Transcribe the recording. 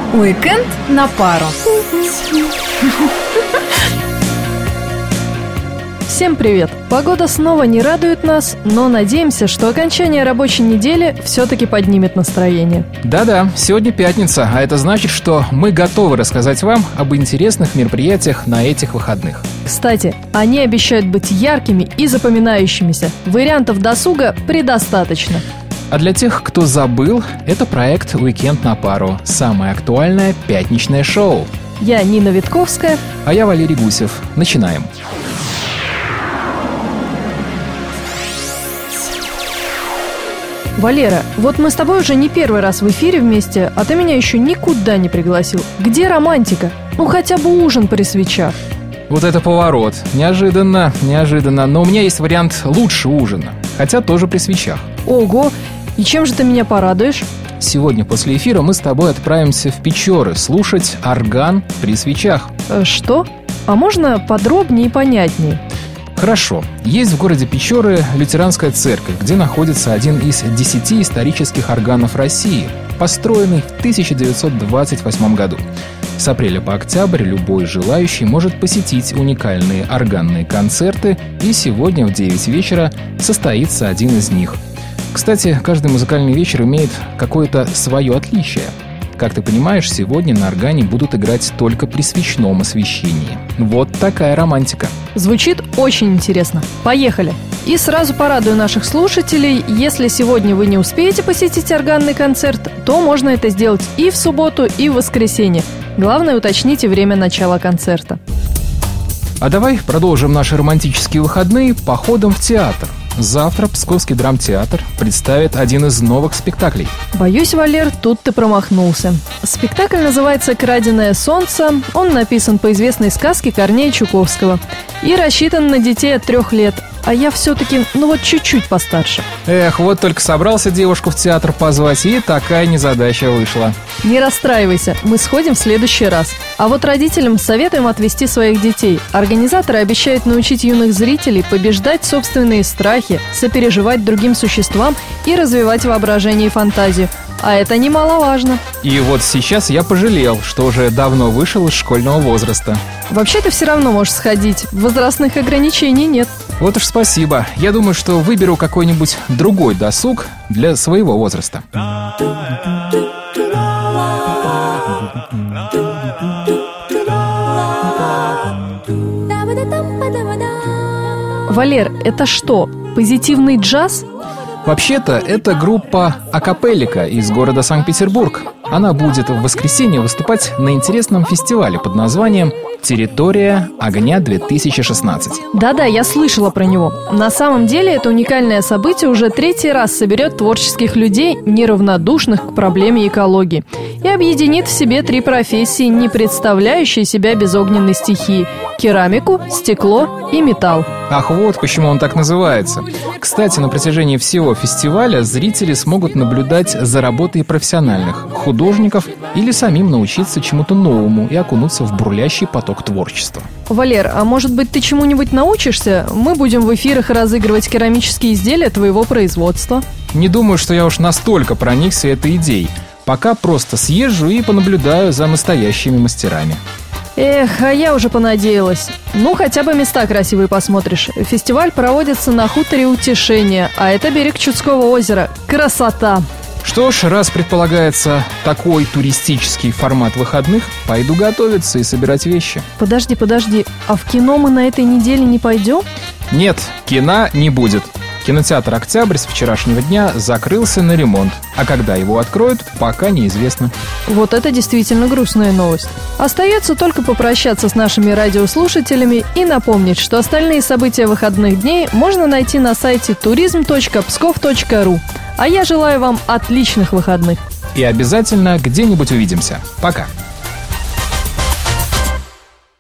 Уикенд на пару. Всем привет! Погода снова не радует нас, но надеемся, что окончание рабочей недели все-таки поднимет настроение. Да-да, сегодня пятница, а это значит, что мы готовы рассказать вам об интересных мероприятиях на этих выходных. Кстати, они обещают быть яркими и запоминающимися. Вариантов досуга предостаточно. А для тех, кто забыл, это проект «Уикенд на пару» – самое актуальное пятничное шоу. Я Нина Витковская. А я Валерий Гусев. Начинаем. Валера, вот мы с тобой уже не первый раз в эфире вместе, а ты меня еще никуда не пригласил. Где романтика? Ну хотя бы ужин при свечах. Вот это поворот. Неожиданно, но у меня есть вариант лучше ужина, хотя тоже при свечах. Ого, и чем же ты меня порадуешь? Сегодня после эфира мы с тобой отправимся в Печоры слушать орган при свечах. Что? А можно подробнее и понятнее? Хорошо. Есть в городе Печоры лютеранская церковь, где находится один из 10 исторических органов России, построенный в 1928 году. С апреля по октябрь любой желающий может посетить уникальные органные концерты, и сегодня в 9 вечера состоится один из них. Кстати, каждый музыкальный вечер имеет какое-то свое отличие. Как ты понимаешь, сегодня на органе будут играть только при свечном освещении. Вот такая романтика. Звучит очень интересно. Поехали! И сразу порадую наших слушателей, если сегодня вы не успеете посетить органный концерт, то можно это сделать и в субботу, и в воскресенье. Главное, уточните время начала концерта. А давай продолжим наши романтические выходные походом в театр. Завтра Псковский драмтеатр представит один из новых спектаклей. Боюсь, Валер, тут ты промахнулся. Спектакль называется «Краденое солнце». Он написан по известной сказке Корнея Чуковского и рассчитан на детей от 3 лет. А я все-таки, чуть-чуть постарше. Эх, вот только собрался девушку в театр позвать, и такая незадача вышла. Не расстраивайся, мы сходим в следующий раз. А вот родителям советуем отвезти своих детей. Организаторы обещают научить юных зрителей побеждать собственные страхи, сопереживать другим существам и развивать воображение и фантазию. А это немаловажно. И вот сейчас я пожалел, что уже давно вышел из школьного возраста. Вообще ты все равно можешь сходить, возрастных ограничений нет. Вот уж спасибо. Я думаю, что выберу какой-нибудь другой досуг для своего возраста. Валер, это что, позитивный джаз? Вообще-то, это группа акапеллика из города Санкт-Петербург. Она будет в воскресенье выступать на интересном фестивале под названием «Территория огня-2016». Да-да, я слышала про него. На самом деле, это уникальное событие уже 3-й раз соберет творческих людей, неравнодушных к проблеме экологии, и объединит в себе 3 профессии, не представляющие себя без огненной стихии – керамику, стекло и металл. Ах, вот почему он так называется. Кстати, на протяжении всего фестиваля зрители смогут наблюдать за работой профессиональных художников или самим научиться чему-то новому и окунуться в бурлящий поток творчества. Валер, а может быть ты чему-нибудь научишься? Мы будем в эфирах разыгрывать керамические изделия твоего производства. Не думаю, что я уж настолько проникся этой идеей. Пока просто съезжу и понаблюдаю за настоящими мастерами. Эх, а я уже понадеялась. Хотя бы места красивые посмотришь. Фестиваль проводится на хуторе Утешения, а это берег Чудского озера. Красота! Что ж, раз предполагается такой туристический формат выходных, пойду готовиться и собирать вещи. Подожди, а в кино мы на этой неделе не пойдем? Нет, кино не будет. Кинотеатр «Октябрь» с вчерашнего дня закрылся на ремонт, а когда его откроют, пока неизвестно. Вот это действительно грустная новость. Остается только попрощаться с нашими радиослушателями и напомнить, что остальные события выходных дней можно найти на сайте turism.pskov.ru. А я желаю вам отличных выходных. И обязательно где-нибудь увидимся. Пока.